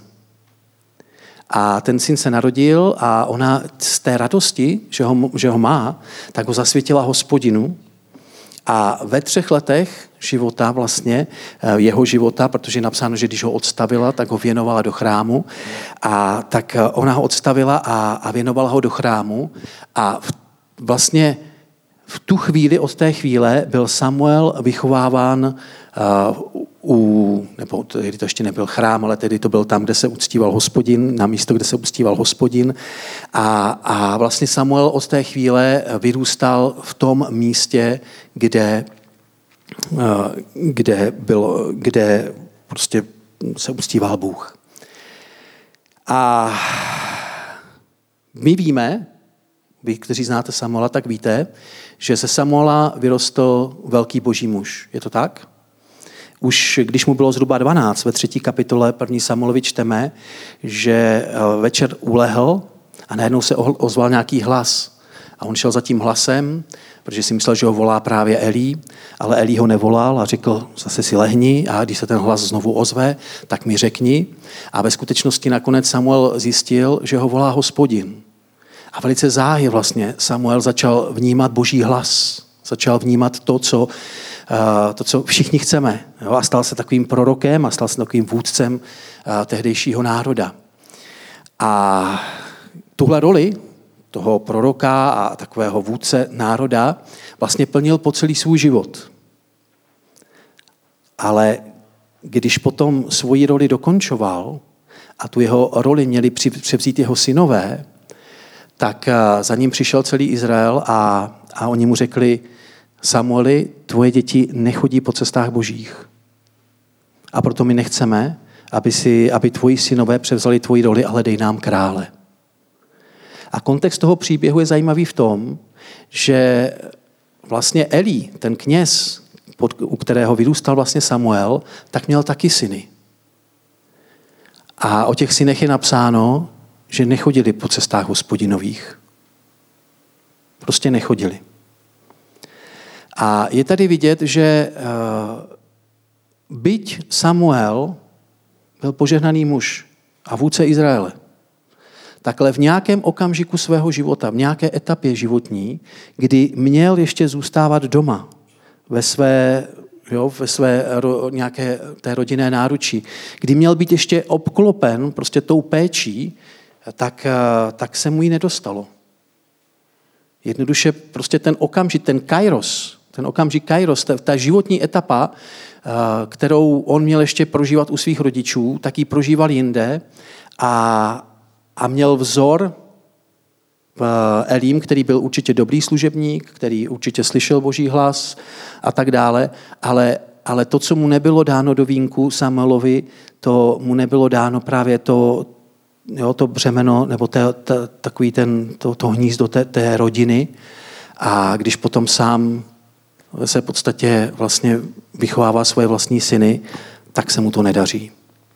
A ten syn se narodil a ona z té radosti, že ho, že ho má, tak ho zasvětila Hospodinu. A ve třech letech života vlastně, jeho života, protože je napsáno, že když ho odstavila, tak ho věnovala do chrámu. A tak ona ho odstavila a, a věnovala ho do chrámu. A v, vlastně v tu chvíli, od té chvíle, byl Samuel vychováván uh, u, nebo tehdy to ještě nebyl chrám, ale tehdy to byl tam, kde se uctíval Hospodin, na místo, kde se uctíval Hospodin. A, a vlastně Samuel od té chvíle vyrůstal v tom místě, kde, kde, bylo, kde prostě se uctíval Bůh. A my víme, vy, kteří znáte Samuela, tak víte, že ze Samuela vyrostl velký boží muž. Je to tak? Už když mu bylo zhruba dvanáct, ve třetí kapitole první Samuelovi čteme, že večer ulehl a najednou se ozval nějaký hlas. A on šel za tím hlasem, protože si myslel, že ho volá právě Elí, ale Elí ho nevolal a řekl, zase si lehni a když se ten hlas znovu ozve, tak mi řekni. A ve skutečnosti nakonec Samuel zjistil, že ho volá Hospodin. A velice záhy vlastně Samuel začal vnímat boží hlas. Začal vnímat to, co, uh, to, co všichni chceme. Jo? A stal se takovým prorokem a stal se takovým vůdcem uh, tehdejšího národa. A tuhle roli toho proroka a takového vůdce národa vlastně plnil po celý svůj život. Ale když potom svoji roli dokončoval a tu jeho roli měli převzít jeho synové, tak za ním přišel celý Izrael a, a oni mu řekli, Samueli, tvoje děti nechodí po cestách božích. A proto my nechceme, aby, si, aby tvoji synové převzali tvoji roli, ale dej nám krále. A kontext toho příběhu je zajímavý v tom, že vlastně Eli, ten kněz, pod, u kterého vyrůstal vlastně Samuel, tak měl taky syny. A o těch synech je napsáno, že nechodili po cestách hospodinových. Prostě nechodili. A je tady vidět, že uh, byť Samuel byl požehnaný muž a vůdce Izraele, takhle v nějakém okamžiku svého života, v nějaké etapě životní, kdy měl ještě zůstávat doma ve své, jo, ve své ro, nějaké té rodinné náručí, kdy měl být ještě obklopen prostě tou péčí, tak, tak se mu ji nedostalo. Jednoduše prostě ten okamžik, ten kairos, ten okamžik kairos, ta, ta životní etapa, kterou on měl ještě prožívat u svých rodičů, tak ji prožíval jinde a A měl vzor v Elím, který byl určitě dobrý služebník, který určitě slyšel Boží hlas a tak dále, ale, ale to, co mu nebylo dáno do vínku Samuelovi, to mu nebylo dáno právě to, jo, to břemeno, nebo te, te, takový ten, to, to hnízdo té, té rodiny. A když potom sám se v podstatě vlastně vychovává svoje vlastní syny, tak se mu to nedaří.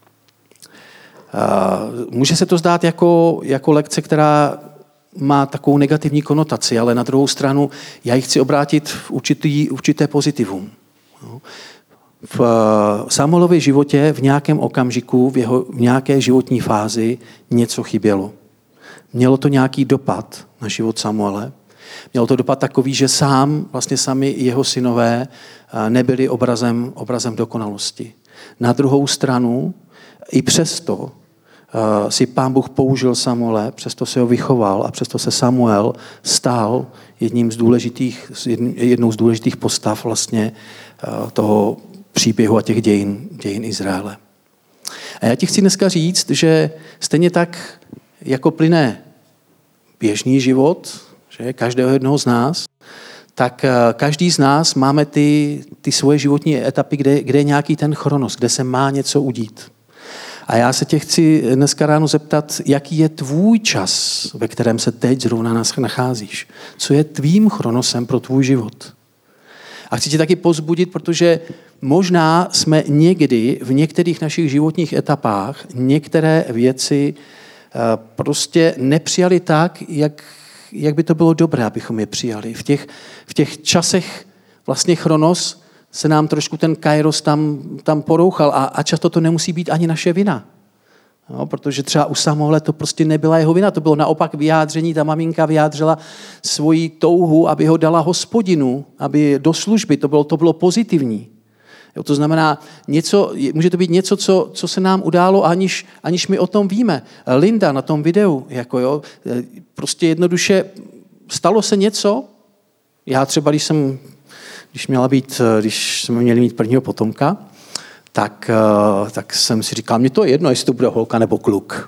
Může se to zdát jako, jako lekce, která má takovou negativní konotaci, ale na druhou stranu já ji chci obrátit v určitý, určité pozitivum. V Samuelově životě v nějakém okamžiku, v, jeho, v nějaké životní fázi něco chybělo. Mělo to nějaký dopad na život Samuele. Mělo to dopad takový, že sám, vlastně sami jeho synové nebyli obrazem, obrazem dokonalosti. Na druhou stranu, i přesto si Pán Bůh použil Samuele, přesto se ho vychoval a přesto se Samuel stal jedním z důležitých, jednou z důležitých postav vlastně toho příběhu a těch dějin, dějin Izraele. A já ti chci dneska říct, že stejně tak, jako plyne běžný život, že každého jednoho z nás, tak každý z nás máme ty, ty svoje životní etapy, kde, kde je nějaký ten chronos, kde se má něco udít. A já se tě chci dneska ráno zeptat, jaký je tvůj čas, ve kterém se teď zrovna nacházíš. Co je tvým chronosem pro tvůj život? A chci tě taky povzbudit, protože možná jsme někdy v některých našich životních etapách některé věci prostě nepřijali tak, jak, jak by to bylo dobré, abychom je přijali. V těch, v těch časech vlastně chronos se nám trošku ten kairos tam, tam porouchal a, a často to nemusí být ani naše vina. No, protože třeba u Samuele to prostě nebyla jeho vina, to bylo naopak vyjádření, ta maminka vyjádřila svoji touhu, aby ho dala Hospodinu, aby do služby, to bylo, to bylo pozitivní. Jo, to znamená, něco, může to být něco, co, co se nám událo, aniž, aniž my o tom víme. Linda na tom videu, jako jo, prostě jednoduše stalo se něco, já třeba, když jsem Když, měla být, když jsme měli mít prvního potomka, tak, tak jsem si říkal, mně to je jedno, jestli to bude holka nebo kluk.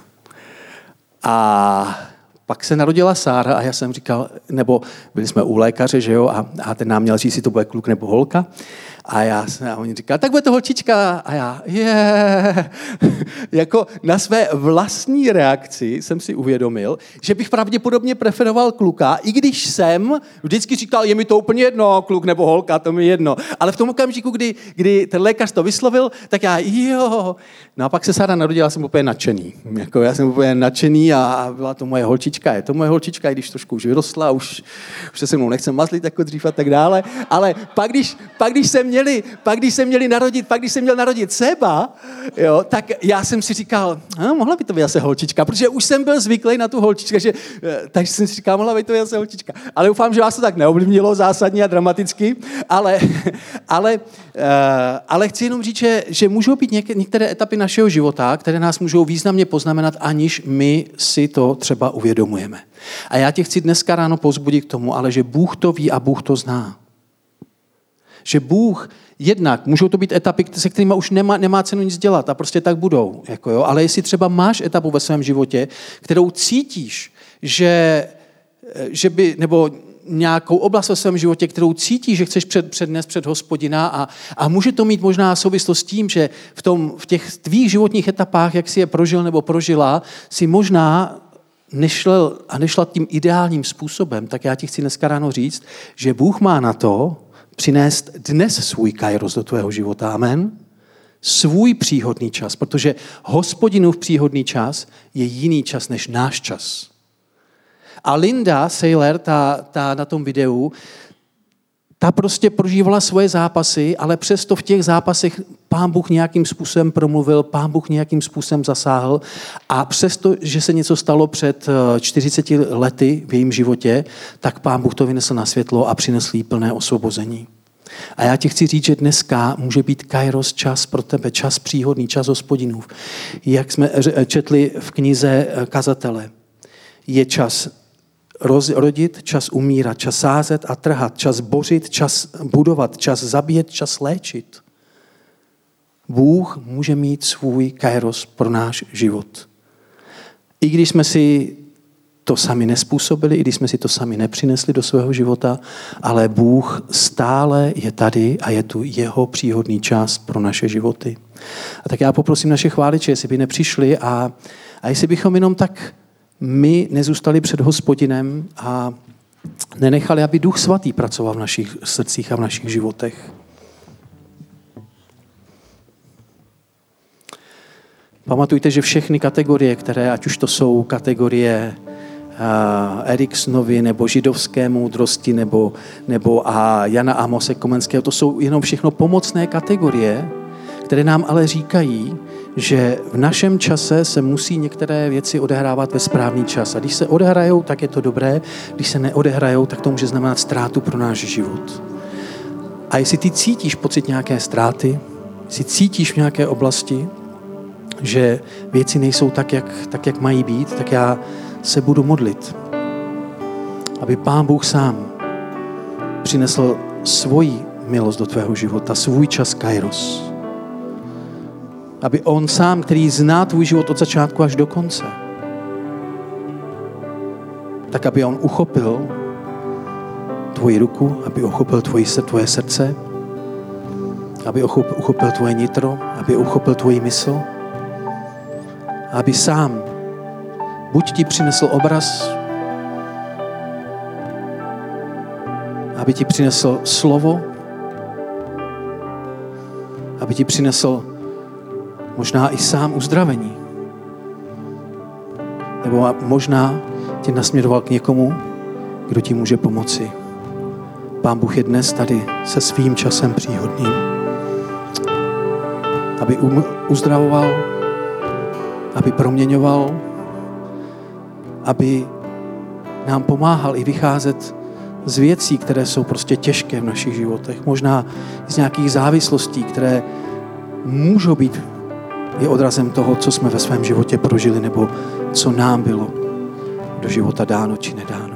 A pak se narodila Sára a já jsem říkal, nebo byli jsme u lékaře, že jo, a, a ten nám měl říct, jestli to bude kluk nebo holka. A já jsem, a oni říkali, tak bude to holčička. A já, je, yeah. Jako na své vlastní reakci jsem si uvědomil, že bych pravděpodobně preferoval kluka, i když jsem vždycky říkal, je mi to úplně jedno, kluk nebo holka, to mi jedno. Ale v tom okamžiku, kdy, kdy ten lékař to vyslovil, tak já, jo. No a pak se Sára narodila, jsem úplně nadšený. Jako já jsem úplně nadšený a byla to moje holčička. Je to moje holčička, i když trošku už vyrostla, už, už se se mnou nechce mazlit jako dřív a tak dále. Ale pak, když, pak, když se měli, pak, když se měli narodit, pak, když se měl narodit Seba, jo, tak já jsem si říkal, no, mohla by to být asi holčička, protože už jsem byl zvyklý na tu holčičku, že, takže jsem si říkal, mohla by to být asi holčička. Ale doufám, že vás to tak neovlivnilo zásadně a dramaticky, ale, ale, ale chci jenom říct, že, že můžou být některé etapy našeho života, které nás můžou významně poznamenat, aniž my si to třeba uvědomujeme. A já tě chci dneska ráno povzbudit k tomu, ale že Bůh to ví a Bůh to zná. Že Bůh jednak, můžou to být etapy, se kterými už nemá, nemá cenu nic dělat a prostě tak budou. Jako jo. Ale jestli třeba máš etapu ve svém životě, kterou cítíš, že, že by, nebo nějakou oblast ve svém životě, kterou cítíš, že chceš před, přednést před Hospodina a, a může to mít možná souvislost s tím, že v, tom, v těch tvých životních etapách, jak si je prožil nebo prožila, si možná nešel a nešla tím ideálním způsobem, tak já ti chci dneska ráno říct, že Bůh má na to přinést dnes svůj kairos do tvého života. Amen. Svůj příhodný čas, protože Hospodinův příhodný čas je jiný čas než náš čas. A Linda Saylor, ta, ta na tom videu, ta prostě prožívala svoje zápasy, ale přesto v těch zápasech Pán Bůh nějakým způsobem promluvil, Pán Bůh nějakým způsobem zasáhl a přesto, že se něco stalo před čtyřiceti lety v jejím životě, tak Pán Bůh to vynesl na světlo a přinesl jí plné osvobození. A já ti chci říct, že dneska může být kairos čas pro tebe, čas příhodný, čas Hospodinův. Jak jsme četli v knize Kazatele, je čas rozrodit, čas umírat, čas sázet a trhat, čas bořit, čas budovat, čas zabíjet, čas léčit. Bůh může mít svůj kairos pro náš život. I když jsme si to sami nespůsobili, i když jsme si to sami nepřinesli do svého života, ale Bůh stále je tady a je tu jeho příhodný čas pro naše životy. A tak já poprosím naše chváliče, jestli by nepřišli a, a jestli bychom jenom tak my nezůstali před Hospodinem a nenechali, aby Duch Svatý pracoval v našich srdcích a v našich životech. Pamatujte, že všechny kategorie, které, ať už to jsou kategorie uh, Eriksonovi, nebo židovské moudrosti, nebo, nebo a Jana Amose Komenského, to jsou jenom všechno pomocné kategorie, které nám ale říkají, že v našem čase se musí některé věci odehrávat ve správný čas. A když se odehrajou, tak je to dobré. Když se neodehrajou, tak to může znamenat ztrátu pro náš život. A jestli ty cítíš pocit nějaké ztráty, jestli cítíš v nějaké oblasti, že věci nejsou tak jak, tak, jak mají být, tak já se budu modlit, aby Pán Bůh sám přinesl svoji milost do tvého života, svůj čas kairos. Aby on sám, který zná tvůj život od začátku až do konce, tak aby on uchopil tvoji ruku, aby uchopil tvoji, tvoje srdce, aby uchopil tvoje nitro, aby uchopil tvoji mysl, aby sám buď ti přinesl obraz, aby ti přinesl slovo, aby ti přinesl možná i sám uzdravení. Nebo možná tě nasměroval k někomu, kdo ti může pomoci. Pán Bůh je dnes tady se svým časem příhodným. Aby uzdravoval, aby proměňoval, aby nám pomáhal i vycházet z věcí, které jsou prostě těžké v našich životech. Možná z nějakých závislostí, které můžou být je odrazem toho, co jsme ve svém životě prožili, nebo co nám bylo do života dáno či nedáno.